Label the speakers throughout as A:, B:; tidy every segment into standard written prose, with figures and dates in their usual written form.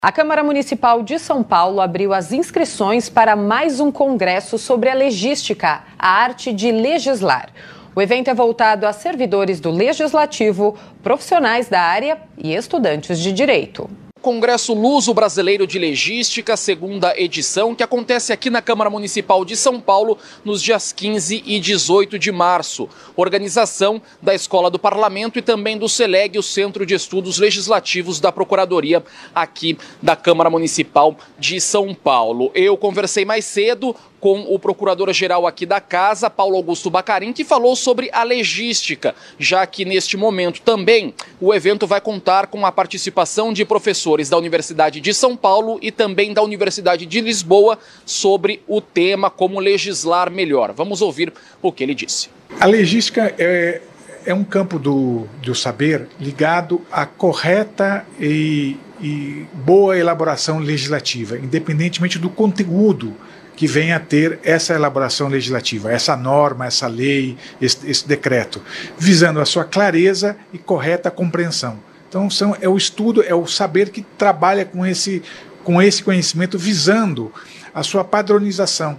A: A Câmara Municipal de São Paulo abriu as inscrições para mais um congresso sobre a legística, a arte de legislar. O evento é voltado a servidores do Legislativo, profissionais da área e estudantes de direito.
B: Congresso Luso-Brasileiro de Legística, segunda edição, que acontece aqui na Câmara Municipal de São Paulo nos dias 15 e 18 de março. Organização da Escola do Parlamento e também do CELEG, o Centro de Estudos Legislativos da Procuradoria aqui da Câmara Municipal de São Paulo. Eu conversei mais cedo com o procurador-geral aqui da casa, Paulo Augusto Bacarin, que falou sobre a legística, já que neste momento também o evento vai contar com a participação de professores da Universidade de São Paulo e também da Universidade de Lisboa sobre o tema como legislar melhor. Vamos ouvir o que ele disse.
C: A legística é um campo do saber ligado à correta e boa elaboração legislativa, independentemente do conteúdo que venha a ter essa elaboração legislativa, essa norma, essa lei, esse decreto, visando a sua clareza e correta compreensão. Então é o estudo, é o saber que trabalha com esse conhecimento visando a sua padronização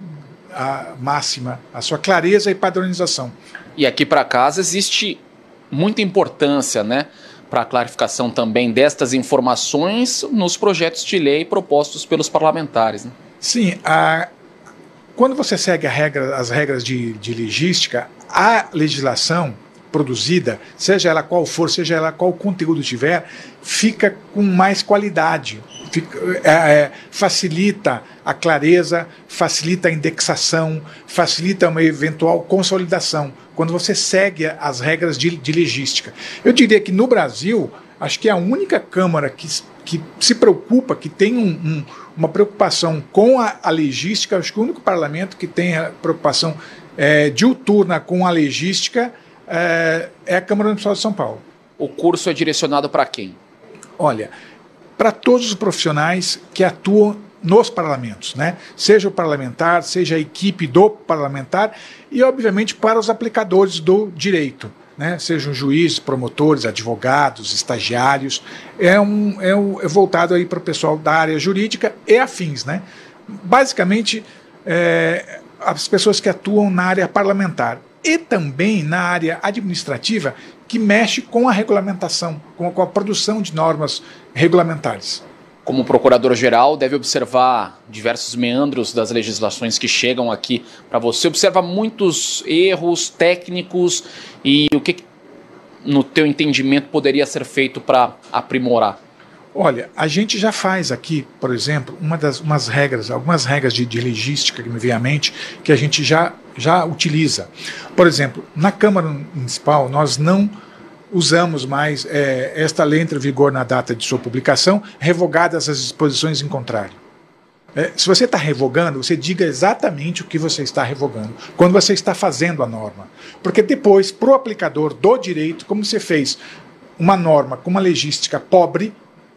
C: a máxima, a sua clareza e padronização.
B: E aqui para casa existe muita importância, né, para a clarificação também destas informações nos projetos de lei propostos pelos parlamentares, né?
C: Sim, quando você segue as regras de legística, a legislação produzida, seja ela qual for, seja ela qual conteúdo tiver, fica com mais qualidade, facilita a clareza, facilita a indexação, facilita uma eventual consolidação, quando você segue as regras de legística. Eu diria que no Brasil, acho que é a única Câmara que se preocupa, que tem uma preocupação com a legística. Acho que o único parlamento que tem a preocupação diuturna com a legística é a Câmara Municipal de São Paulo.
B: O curso é direcionado para quem?
C: Olha, para todos os profissionais que atuam nos parlamentos, né? Seja o parlamentar, seja a equipe do parlamentar e, obviamente, para os aplicadores do direito, né? Sejam juízes, promotores, advogados, estagiários, é voltado aí para o pessoal da área jurídica e afins, né? Basicamente, as pessoas que atuam na área parlamentar e também na área administrativa, que mexe com a regulamentação, com a produção de normas regulamentares.
B: Como procurador-geral, deve observar diversos meandros das legislações que chegam aqui para você. Observa muitos erros técnicos e o que, no teu entendimento, poderia ser feito para aprimorar?
C: Olha, a gente já faz aqui, por exemplo, algumas regras de legística que me vem à mente, que a gente já utiliza. Por exemplo, na Câmara Municipal, nós não usamos mais esta lei entra em vigor na data de sua publicação, revogadas as disposições em contrário. Se você está revogando, você diga exatamente o que você está revogando, quando você está fazendo a norma. Porque depois, para o aplicador do direito, como você fez uma norma com uma legística pobre,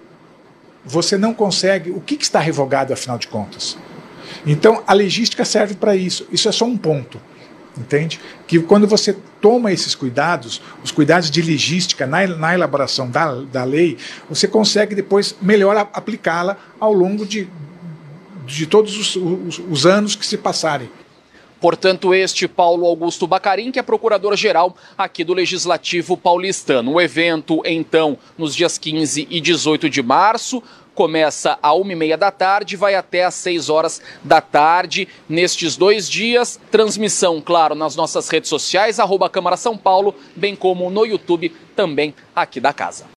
C: você não consegue o que está revogado, afinal de contas. Então, a legística serve para isso. Isso é só um ponto. Entende? Que quando você toma esses cuidados, os cuidados de legística na elaboração da lei, você consegue depois melhor aplicá-la ao longo de todos os anos que se passarem.
B: Portanto, este Paulo Augusto Bacarin, que é procurador-geral aqui do Legislativo paulistano. O evento, então, nos dias 15 e 18 de março, começa às 1h30 da tarde, vai até às 6 horas da tarde. Nestes 2 dias, transmissão, claro, nas nossas redes sociais, @Câmara São Paulo, bem como no YouTube, também aqui da casa.